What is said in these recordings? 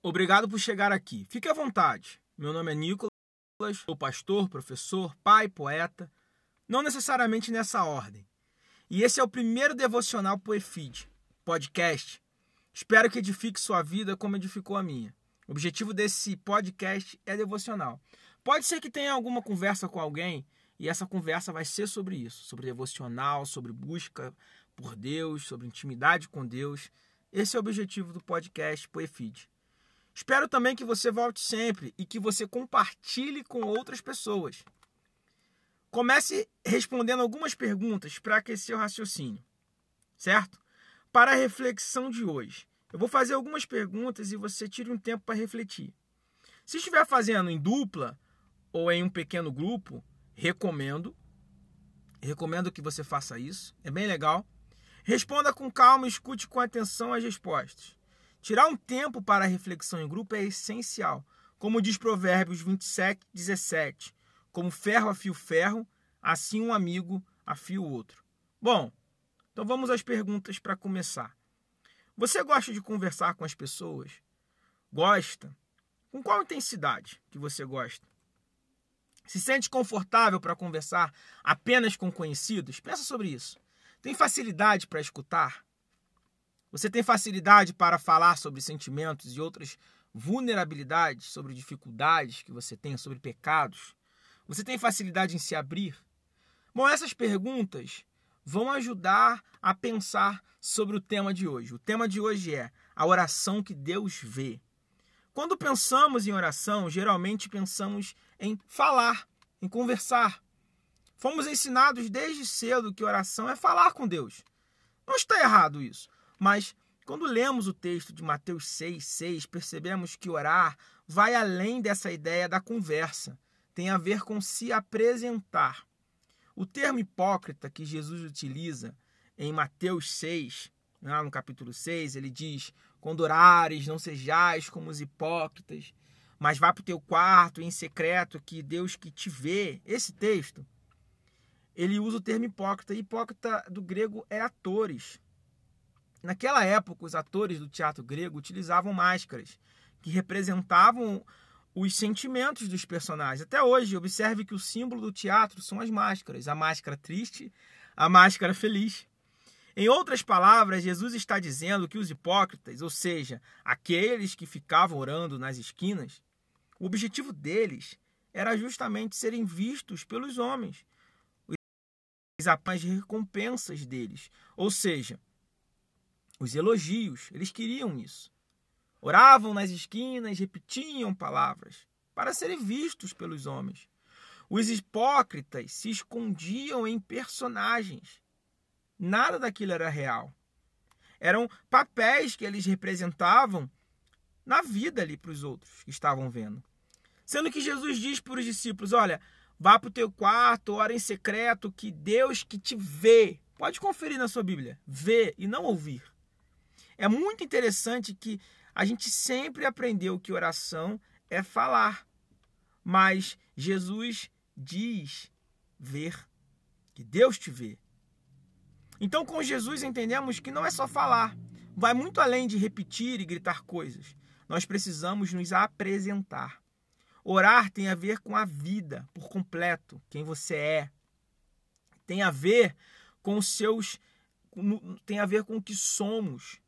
Obrigado por chegar aqui. Fique à vontade. Meu nome é Nicolas, sou pastor, professor, pai, poeta, não necessariamente nessa ordem. E esse é o primeiro devocional Poefeed, podcast. Espero que edifique sua vida como edificou a minha. O objetivo desse podcast é devocional. Pode ser que tenha alguma conversa com alguém e essa conversa vai ser sobre isso, sobre devocional, sobre busca por Deus, sobre intimidade com Deus. Esse é o objetivo do podcast Poefeed. Espero também que você volte sempre e que você compartilhe com outras pessoas. Comece respondendo algumas perguntas para aquecer o raciocínio, certo? Para a reflexão de hoje, eu vou fazer algumas perguntas e você tire um tempo para refletir. Se estiver fazendo em dupla ou em um pequeno grupo, recomendo que você faça isso, é bem legal. Responda com calma e escute com atenção as respostas. Tirar um tempo para a reflexão em grupo é essencial. Como diz Provérbios 27:17, como ferro afia o ferro, assim um amigo afia o outro. Bom, então vamos às perguntas para começar. Você gosta de conversar com as pessoas? Gosta? Com qual intensidade que você gosta? Se sente confortável para conversar apenas com conhecidos? Pensa sobre isso. Tem facilidade para escutar? Você tem facilidade para falar sobre sentimentos e outras vulnerabilidades, sobre dificuldades que você tem, sobre pecados? Você tem facilidade em se abrir? Bom, essas perguntas vão ajudar a pensar sobre o tema de hoje. O tema de hoje é a oração que Deus vê. Quando pensamos em oração, geralmente pensamos em falar, em conversar. Fomos ensinados desde cedo que oração é falar com Deus. Não está errado isso. Mas, quando lemos o texto de Mateus 6:6, percebemos que orar vai além dessa ideia da conversa. Tem a ver com se apresentar. O termo hipócrita que Jesus utiliza em Mateus 6, lá no capítulo 6, ele diz: quando orares, não sejais como os hipócritas, mas vá para o teu quarto em secreto, que Deus que te vê. Esse texto, ele usa o termo hipócrita. Hipócrita do grego é atores. Naquela época, os atores do teatro grego utilizavam máscaras que representavam os sentimentos dos personagens. Até hoje, observe que o símbolo do teatro são as máscaras. A máscara triste, a máscara feliz. Em outras palavras, Jesus está dizendo que os hipócritas, ou seja, aqueles que ficavam orando nas esquinas, o objetivo deles era justamente serem vistos pelos homens, as recompensas deles, ou seja, os elogios. Eles queriam isso. Oravam nas esquinas, repetiam palavras para serem vistos pelos homens. Os hipócritas se escondiam em personagens. Nada daquilo era real. Eram papéis que eles representavam na vida ali para os outros que estavam vendo. Sendo que Jesus diz para os discípulos: olha, vá para o teu quarto, ora em secreto, que Deus que te vê. Pode conferir na sua Bíblia. Vê e não ouvir. É muito interessante que a gente sempre aprendeu que oração é falar. Mas Jesus diz ver, que Deus te vê. Então, com Jesus, entendemos que não é só falar. Vai muito além de repetir e gritar coisas. Nós precisamos nos apresentar. Orar tem a ver com a vida por completo, quem você é. Tem a ver com tem a ver com o que somos.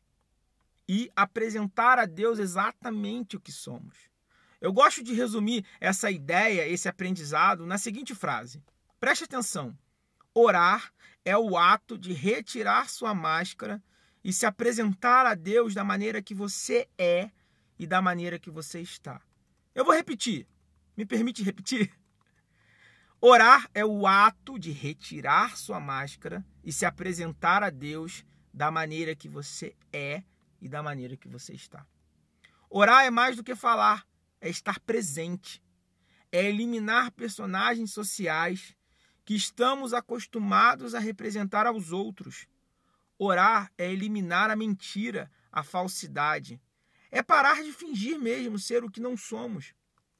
E apresentar a Deus exatamente o que somos. Eu gosto de resumir essa ideia, esse aprendizado, na seguinte frase. Preste atenção. Orar é o ato de retirar sua máscara e se apresentar a Deus da maneira que você é e da maneira que você está. Eu vou repetir. Me permite repetir? Orar é o ato de retirar sua máscara e se apresentar a Deus da maneira que você é e da maneira que você está. Orar é mais do que falar, é estar presente, é eliminar personagens sociais que estamos acostumados a representar aos outros. Orar é eliminar a mentira, a falsidade, é parar de fingir mesmo ser o que não somos.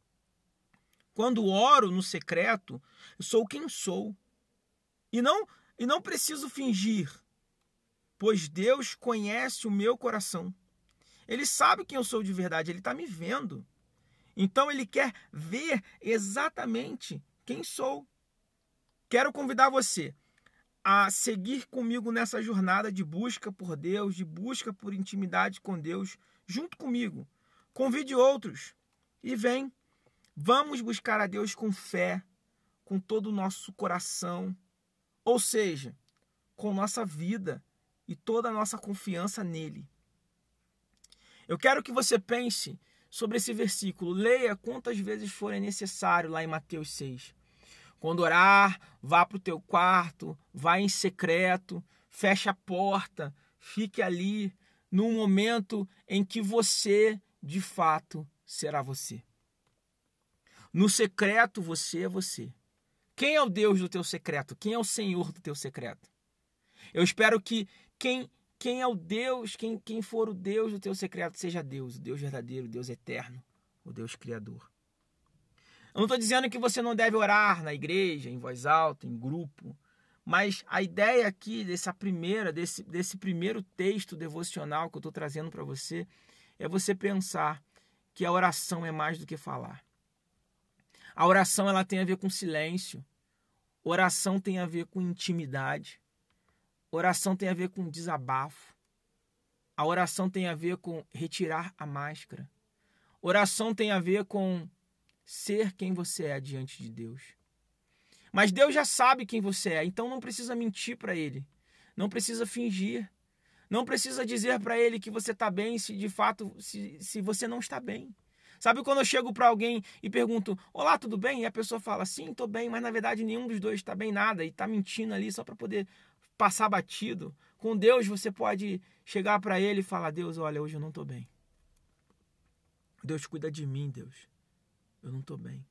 Quando oro no secreto, eu sou quem sou. E não preciso fingir, pois Deus conhece o meu coração. Ele sabe quem eu sou de verdade, ele está me vendo. Então ele quer ver exatamente quem sou. Quero convidar você a seguir comigo nessa jornada de busca por Deus, de busca por intimidade com Deus, junto comigo. Convide outros e vem. Vamos buscar a Deus com fé, com todo o nosso coração, ou seja, com nossa vida e toda a nossa confiança nele. Eu quero que você pense sobre esse versículo. Leia quantas vezes forem necessário lá em Mateus 6. Quando orar, vá para o teu quarto, vá em secreto, feche a porta, fique ali num momento em que você, de fato, será você. No secreto, você é você. Quem é o Deus do teu secreto? Quem é o Senhor do teu secreto? Eu espero que quem é o Deus, quem for o Deus do teu secreto, seja Deus, o Deus verdadeiro, o Deus eterno, o Deus criador. Eu não estou dizendo que você não deve orar na igreja, em voz alta, em grupo, mas a ideia aqui desse primeiro texto devocional que eu estou trazendo para você é você pensar que a oração é mais do que falar. A oração ela tem a ver com silêncio, oração tem a ver com intimidade, oração tem a ver com desabafo, a oração tem a ver com retirar a máscara, oração tem a ver com ser quem você é diante de Deus. Mas Deus já sabe quem você é, então não precisa mentir para Ele, não precisa fingir, não precisa dizer para Ele que você está bem se de fato se você não está bem. Sabe quando eu chego para alguém e pergunto, olá, tudo bem? E a pessoa fala, sim, estou bem, mas na verdade nenhum dos dois está bem nada e está mentindo ali só para poder passar batido. Com Deus você pode chegar para Ele e falar, Deus, olha, hoje eu não estou bem. Deus cuida de mim, Deus. Eu não estou bem.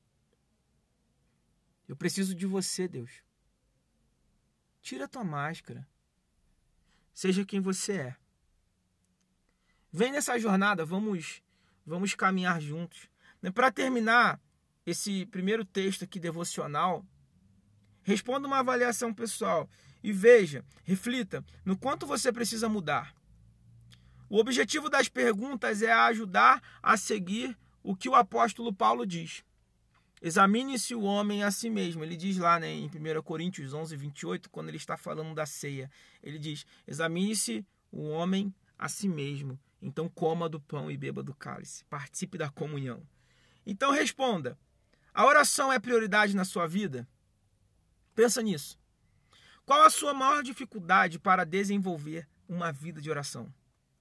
Eu preciso de você, Deus. Tira a tua máscara. Seja quem você é. Vem nessa jornada, vamos caminhar juntos. Para terminar esse primeiro texto aqui devocional, responda uma avaliação pessoal e veja, reflita no quanto você precisa mudar. O objetivo das perguntas é ajudar a seguir o que o apóstolo Paulo diz. Examine-se o homem a si mesmo. Ele diz lá, em 1 Coríntios 11, 28, quando ele está falando da ceia. Ele diz, examine-se o homem a si mesmo. Então coma do pão e beba do cálice. Participe da comunhão. Então responda. A oração é prioridade na sua vida? Pensa nisso. Qual a sua maior dificuldade para desenvolver uma vida de oração?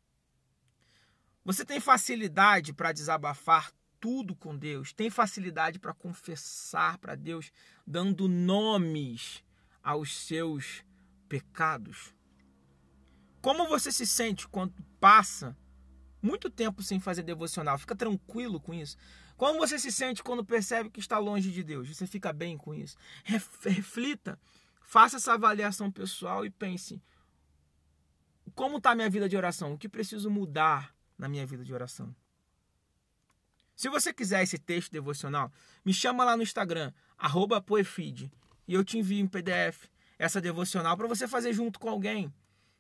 Você tem facilidade para desabafar tudo com Deus? Tem facilidade para confessar para Deus, dando nomes aos seus pecados? Como você se sente quando passa muito tempo sem fazer devocional? Fica tranquilo com isso? Como você se sente quando percebe que está longe de Deus? Você fica bem com isso? Reflita, faça essa avaliação pessoal e pense, como está a minha vida de oração? O que preciso mudar na minha vida de oração? Se você quiser esse texto devocional, me chama lá no Instagram, @poefeed, e eu te envio em PDF essa devocional para você fazer junto com alguém.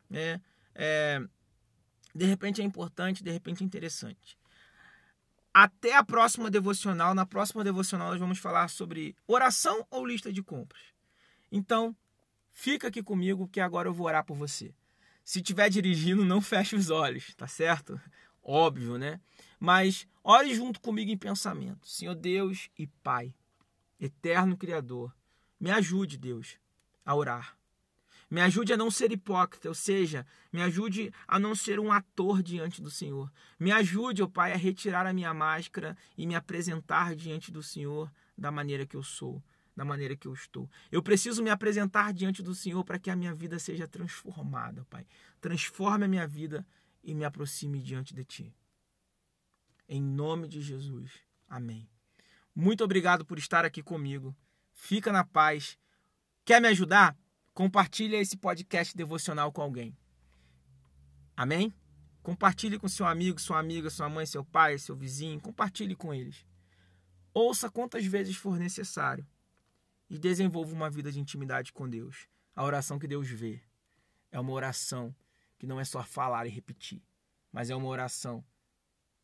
De repente é importante, de repente é interessante. Até a próxima devocional. Na próxima devocional nós vamos falar sobre oração ou lista de compras. Então, fica aqui comigo que agora eu vou orar por você. Se estiver dirigindo, não feche os olhos, tá certo? Óbvio, né? Mas ore junto comigo em pensamento. Senhor Deus e Pai, eterno Criador, me ajude, Deus, a orar. Me ajude a não ser hipócrita, ou seja, me ajude a não ser um ator diante do Senhor. Me ajude, ó Pai, a retirar a minha máscara e me apresentar diante do Senhor da maneira que eu sou, da maneira que eu estou. Eu preciso me apresentar diante do Senhor para que a minha vida seja transformada, Pai. Transforme a minha vida e me aproxime diante de Ti. Em nome de Jesus. Amém. Muito obrigado por estar aqui comigo. Fica na paz. Quer me ajudar? Compartilha esse podcast devocional com alguém. Amém? Compartilhe com seu amigo, sua amiga, sua mãe, seu pai, seu vizinho. Compartilhe com eles. Ouça quantas vezes for necessário. E desenvolva uma vida de intimidade com Deus. A oração que Deus vê é uma oração que não é só falar e repetir, mas é uma oração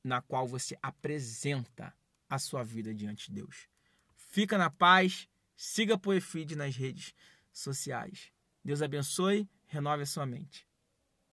na qual você apresenta a sua vida diante de Deus. Fica na paz, siga a Poefeed nas redes sociais. Deus abençoe, renove a sua mente.